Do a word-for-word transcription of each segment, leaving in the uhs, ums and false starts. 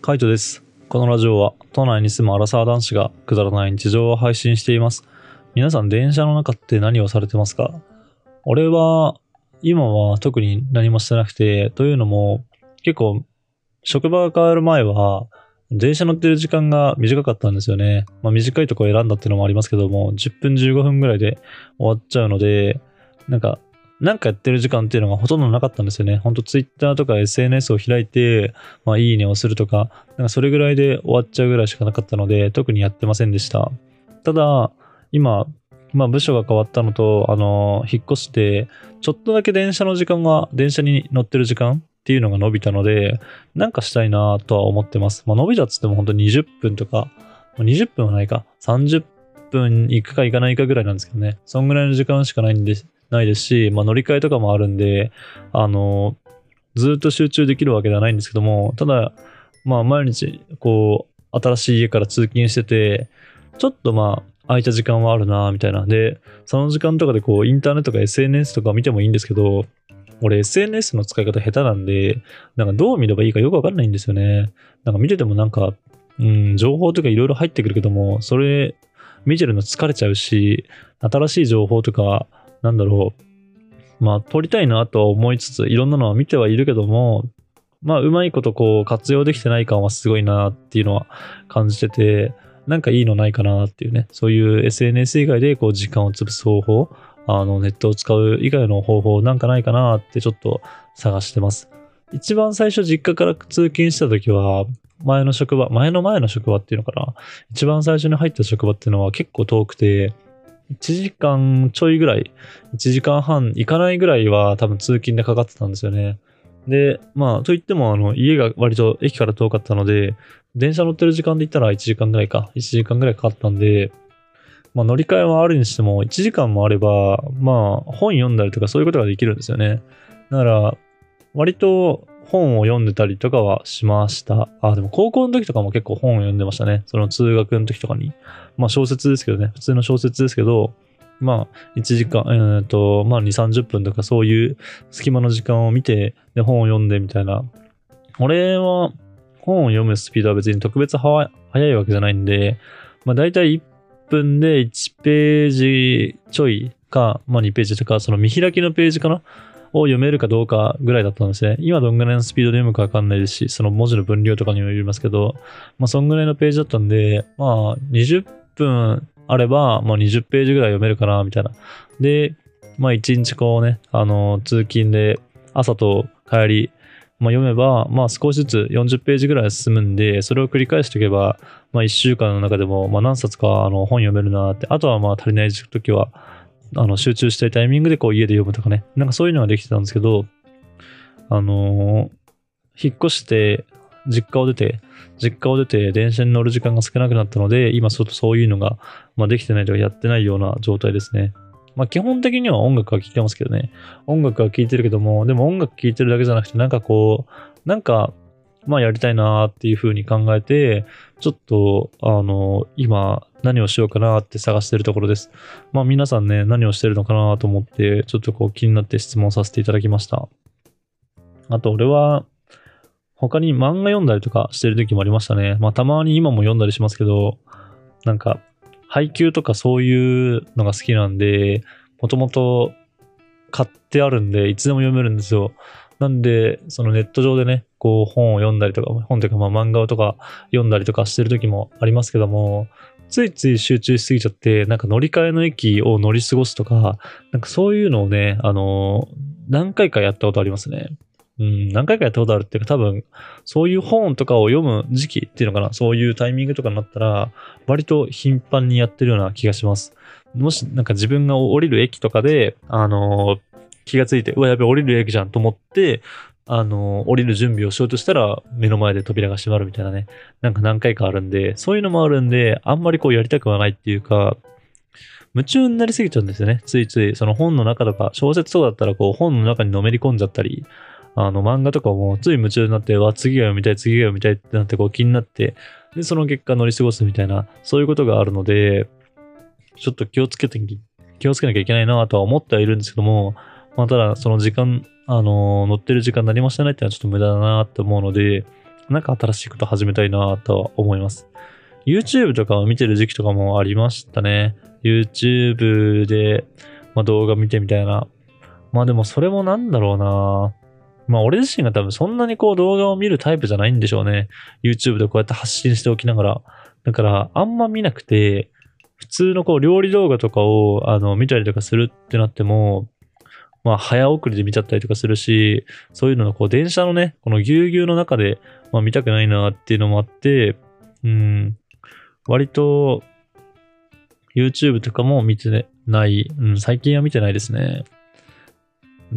カイトです。このラジオは都内に住むアラサー男子がくだらない日常を配信しています。皆さん電車の中って何をされてますか？俺は今は特に何もしてなくて、というのも結構職場が変わる前は電車乗ってる時間が短かったんですよね。まあ短いところを選んだっていうのもありますけども、じゅっぷんじゅうごふんぐらいで終わっちゃうので、なんかなんかやってる時間っていうのがほとんどなかったんですよね。ほんとツイッターとか エスエヌエス を開いて、まあいいねをするとか、なんかそれぐらいで終わっちゃうぐらいしかなかったので、特にやってませんでした。ただ、今、まあ部署が変わったのと、あの、引っ越して、ちょっとだけ電車の時間が、電車に乗ってる時間っていうのが伸びたので、なんかしたいなとは思ってます。まあ伸びたっつっても本当ににじゅっぷんとか、にじゅっぷんはないか、さんじゅっぷん行くか行かないかぐらいなんですけどね。そんぐらいの時間しかないんです。ないですし、まあ、乗り換えとかもあるんで、あの、ずっと集中できるわけではないんですけども、ただ、まあ、毎日、こう、新しい家から通勤してて、ちょっとまあ、空いた時間はあるな、みたいな。で、その時間とかでこう、インターネットとか エスエヌエス とか見てもいいんですけど、俺 エスエヌエス の使い方下手なんで、なんかどう見ればいいかよくわかんないんですよね。なんか見ててもなんか、うん、情報とかいろいろ入ってくるけども、それ見てるの疲れちゃうし、新しい情報とか、なんだろう。まあ、撮りたいなとは思いつつ、いろんなのは見てはいるけども、まあ、うまいことこう、活用できてない感はすごいなっていうのは感じてて、なんかいいのないかなっていうね、そういう エスエヌエス 以外でこう、時間を潰す方法、あの、ネットを使う以外の方法なんかないかなってちょっと探してます。一番最初実家から通勤した時は、前の職場、前の前の職場っていうのかな。一番最初に入った職場っていうのは結構遠くて、いちじかんちょいぐらい、いちじかんはんいかないぐらいは多分通勤でかかってたんですよね。で、まあ、といっても、あの、家が割と駅から遠かったので、電車乗ってる時間で言ったらいちじかんぐらいか、いちじかんぐらいかかったんで、まあ、乗り換えはあるにしても、いちじかんもあれば、まあ、本読んだりとかそういうことができるんですよね。だから、割と本を読んでたりとかはしました。あ、でも高校の時とかも結構本を読んでましたね。その通学の時とかに。まあ小説ですけどね。普通の小説ですけど、まあいちじかん、えー、っと、まあに、さんじゅっぷんとかそういう隙間の時間を見て、で本を読んでみたいな。俺は本を読むスピードは別に特別は速いわけじゃないんで、まあ大体いっぷんでいちページちょいか、まあにページとか、その見開きのページかなを読めるかどうかぐらいだったんですね。今どんぐらいのスピードで読むかわかんないですし、その文字の分量とかにもよりますけど、まあそんぐらいのページだったんで、まあにじゅっぷんあれば、まあにじゅっページぐらい読めるかな、みたいな。で、まあいちにちこうね、あの、通勤で朝と帰り、まあ読めば、まあ少しずつよんじゅっページぐらい進むんで、それを繰り返しておけば、まあいっしゅうかんの中でも、まあ何冊かあの本読めるなって、あとはまあ足りない時は、あの集中したいタイミングでこう家で読むとかね、なんかそういうのができてたんですけど、あのー、引っ越して実家を出て、実家を出て電車に乗る時間が少なくなったので、今ちょっとそういうのが、まあ、できてないとかやってないような状態ですね。まあ基本的には音楽は聴いてますけどね。音楽は聴いてるけども、でも音楽聴いてるだけじゃなくて、なんかこう、なんか、まあやりたいなーっていう風に考えて、ちょっと、あの、今何をしようかなって探してるところです。まあ皆さんね、何をしてるのかなと思って、ちょっとこう気になって質問させていただきました。あと俺は、他に漫画読んだりとかしてる時もありましたね。まあたまに今も読んだりしますけど、なんか、配給とかそういうのが好きなんで、もともと買ってあるんで、いつでも読めるんですよ。なんで、そのネット上でね、こう本を読んだりとか、本というかまあ漫画とか読んだりとかしてる時もありますけども、ついつい集中しすぎちゃって、なんか乗り換えの駅を乗り過ごすとか、なんかそういうのをね、あのー、何回かやったことありますね。うん、何回かやったことあるっていうか、多分、そういう本とかを読む時期っていうのかな、そういうタイミングとかになったら、割と頻繁にやってるような気がします。もし、なんか自分が降りる駅とかで、あのー、気がついて、うわ、やべ、降りる駅じゃんと思って、あのー、降りる準備をしようとしたら、目の前で扉が閉まるみたいなね、なんか何回かあるんで、そういうのもあるんで、あんまりこうやりたくはないっていうか、夢中になりすぎちゃうんですよね。ついつい、その本の中とか、小説とかだったら、こう、本の中にのめり込んじゃったり、あの、漫画とかもつい夢中になって、わ、次が読みたい、次が読みたいってなって、こう気になって、で、その結果乗り過ごすみたいな、そういうことがあるので、ちょっと気をつけて、気をつけなきゃいけないなとは思ってはいるんですけども、まあ、ただ、その時間、あのー乗ってる時間何もしてないってのはちょっと無駄だなって思うので、 なんか新しいこと始めたいなとは思います。YouTube とかを見てる時期とかもありましたね。YouTube で、まあ、動画見てみたいな。まあでもそれもなんだろうな。まあ俺自身が多分そんなにこう動画を見るタイプじゃないんでしょうね。YouTube でこうやって発信しておきながら。だからあんま見なくて、普通のこう料理動画とかをあの見たりとかするってなっても、まあ早送りで見ちゃったりとかするし、そういうののこう電車のね、このぎゅうぎゅうの中で、まあ、見たくないなっていうのもあって、うん、割と YouTube とかも見てない、うん、最近は見てないですね。うん、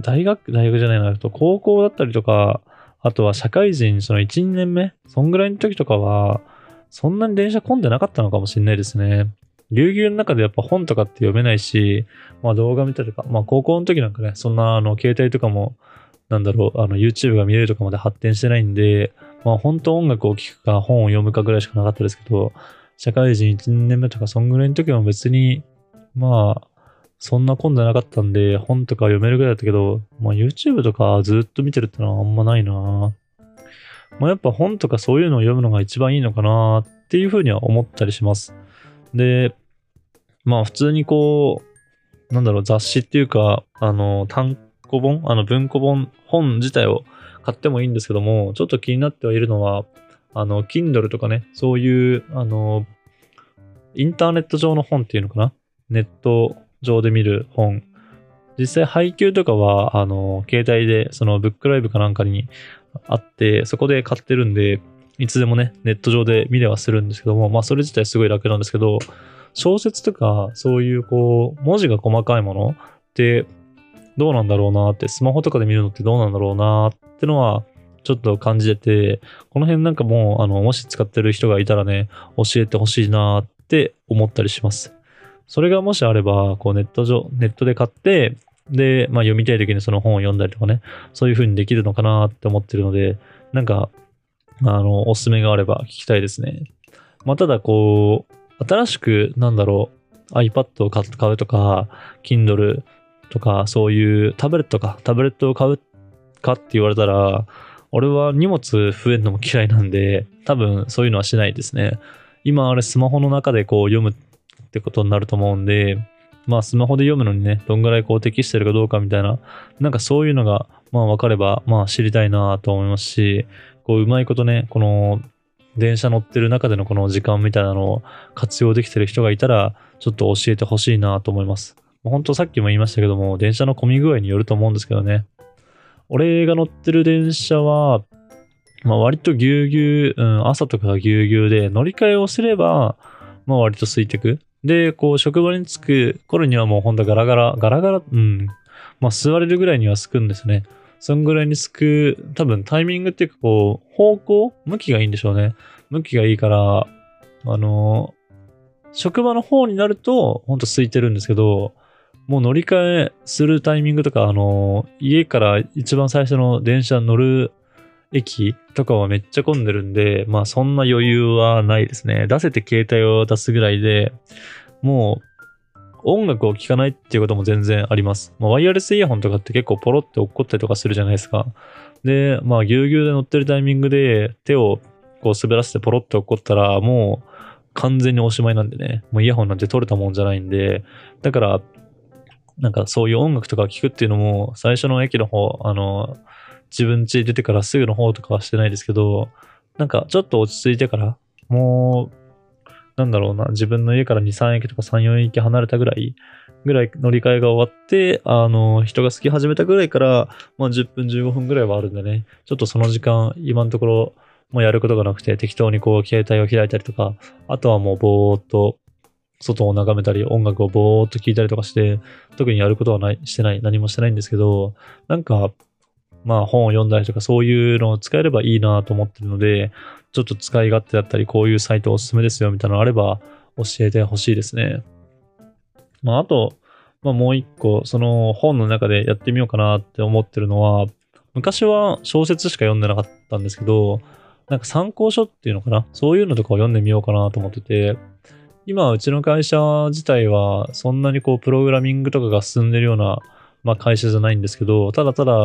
大学、大学じゃないな、と高校だったりとか、あとは社会人、そのいち、にねんめ、そんぐらいの時とかは、そんなに電車混んでなかったのかもしれないですね。ぎゅうぎゅうの中でやっぱ本とかって読めないし、まあ動画見たりとか、まあ高校の時なんかね、そんなあの携帯とかも、なんだろう、あの YouTube が見れるとかまで発展してないんで、まあ本当音楽を聴くか本を読むかぐらいしかなかったですけど、社会人いち、にねんめとかそんぐらいの時も別に、まあ、そんな混んでなかったんで、本とか読めるぐらいだったけど、まあ YouTube とかずっと見てるってのはあんまないな。まあやっぱ本とかそういうのを読むのが一番いいのかなっていうふうには思ったりします。で、まあ普通にこう、なんだろう、雑誌っていうか、あの、単行本あの文庫本、本自体を買ってもいいんですけども、ちょっと気になってはいるのは、あの、Kindle とかね、そういう、あの、インターネット上の本っていうのかな、ネット上で見る本。実際配給とかは、あの、携帯で、そのブックライブかなんかにあって、そこで買ってるんで、いつでもね、ネット上で見れはするんですけども、まあそれ自体すごい楽なんですけど、小説とか、そういうこう、文字が細かいものってどうなんだろうなって、スマホとかで見るのってどうなんだろうなってのは、ちょっと感じてて、この辺なんかもう、あの、もし使ってる人がいたらね、教えてほしいなって思ったりします。それがもしあれば、こうネット上、ネットで買って、で、まあ読みたい時にその本を読んだりとかね、そういう風にできるのかなって思ってるので、なんか、あの、おすすめがあれば聞きたいですね。まあ、ただこう、新しく、なんだろう、iPad を買うとか、Kindle とか、そういうタブレットか、タブレットを買うかって言われたら、俺は荷物増えるのも嫌いなんで、多分そういうのはしないですね。今あれスマホの中でこう読むってことになると思うんで、まあスマホで読むのにね、どんぐらいこう適してるかどうかみたいな、なんかそういうのが、まあ分かれば、まあ知りたいなと思いますし、こううまいことね、この電車乗ってる中でのこの時間みたいなのを活用できてる人がいたら、ちょっと教えてほしいなと思います。本当さっきも言いましたけども、電車の混み具合によると思うんですけどね。俺が乗ってる電車は、まあ割とぎゅうぎゅう、うん、朝とかがぎゅうぎゅうで、乗り換えをすれば、まあ割と空いてく。で、こう職場に着く頃にはもうほんとガラガラ、ガラガラ、うん。まあ座れるぐらいには空くんですね。そんぐらいに空く、多分タイミングっていうかこう、方向向きがいいんでしょうね。向きがいいから、あのー、職場の方になると、ほんと空いてるんですけど、もう乗り換えするタイミングとか、あのー、家から一番最初の電車乗る駅とかはめっちゃ混んでるんで、まあそんな余裕はないですね。出せて携帯を出すぐらいで、もう音楽を聴かないっていうことも全然あります。まあ、ワイヤレスイヤホンとかって結構ポロって落っこったりとかするじゃないですか。で、まあぎゅうぎゅうで乗ってるタイミングで手をこう滑らせてポロって落っこったらもう完全におしまいなんでね。もうイヤホンなんて取れたもんじゃないんで、だからなんかそういう音楽とか聴くっていうのも最初の駅の方、あの、自分家出てからすぐの方とかはしてないですけど、なんかちょっと落ち着いてから、もう、なんだろうな、自分の家からに、さん駅とかさん、よん駅離れたぐらい、ぐらい乗り換えが終わって、あの、人が好き始めたぐらいから、まあじゅっぷん、じゅうごふんぐらいはあるんでね、ちょっとその時間、今のところ、もうやることがなくて、適当にこう、携帯を開いたりとか、あとはもうぼーっと、外を眺めたり、音楽をぼーっと聴いたりとかして、特にやることはない、してない、何もしてないんですけど、なんか、まあ本を読んだりとかそういうのを使えればいいなと思ってるので、ちょっと使い勝手だったり、こういうサイトおすすめですよみたいなのあれば教えてほしいですね。まああと、まあもう一個、その本の中でやってみようかなって思ってるのは、昔は小説しか読んでなかったんですけど、なんか参考書っていうのかな、そういうのとかを読んでみようかなと思ってて、今うちの会社自体はそんなにこうプログラミングとかが進んでるような、まあ、会社じゃないんですけど、ただただ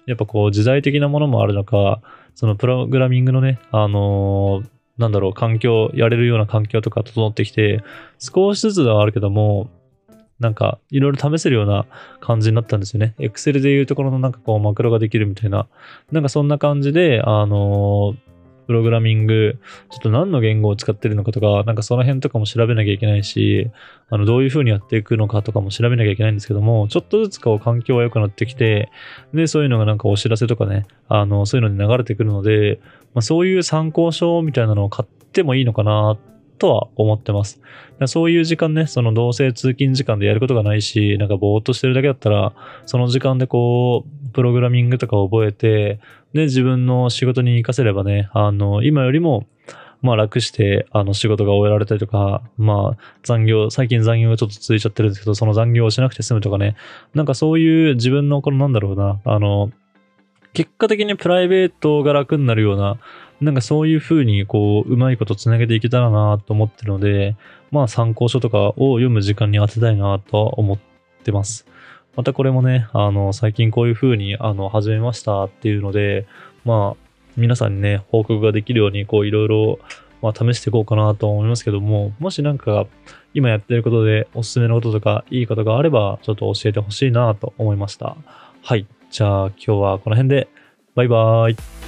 やっぱこう時代的なものもあるのか、そのプログラミングのね、あのーなんだろう、環境、やれるような環境とか整ってきて、少しずつではあるけども、なんか、いろいろ試せるような感じになったんですよね。Excel でいうところのなんかこう、マクロができるみたいな。なんかそんな感じで、あのープログラミング、ちょっと何の言語を使ってるのかとか、なんかその辺とかも調べなきゃいけないし、あの、どういう風にやっていくのかとかも調べなきゃいけないんですけども、ちょっとずつこう、環境が良くなってきて、で、そういうのがなんかお知らせとかね、あの、そういうのに流れてくるので、まあ、そういう参考書みたいなのを買ってもいいのかな、とは思ってます。そういう時間ね、そのどうせ通勤時間でやることがないし、なんかぼーっとしてるだけだったら、その時間でこう、プログラミングとかを覚えて、で、自分の仕事に活かせればね、あの、今よりも、まあ楽して、あの、仕事が終えられたりとか、まあ、残業、最近残業がちょっと続いちゃってるんですけど、その残業をしなくて済むとかね、なんかそういう自分の、このなんだろうな、あの、結果的にプライベートが楽になるような、なんかそういう風にこう、うまいことつなげていけたらなと思ってるので、まあ参考書とかを読む時間に当てたいなとは思ってます。またこれもね、あの、最近こういう風に、あの、始めましたっていうので、まあ、皆さんにね、報告ができるように、こう、いろいろ、まあ、試していこうかなと思いますけども、もしなんか、今やってることでおすすめのこととか、いいことがあれば、ちょっと教えてほしいなと思いました。はい。じゃあ、今日はこの辺で、バイバーイ。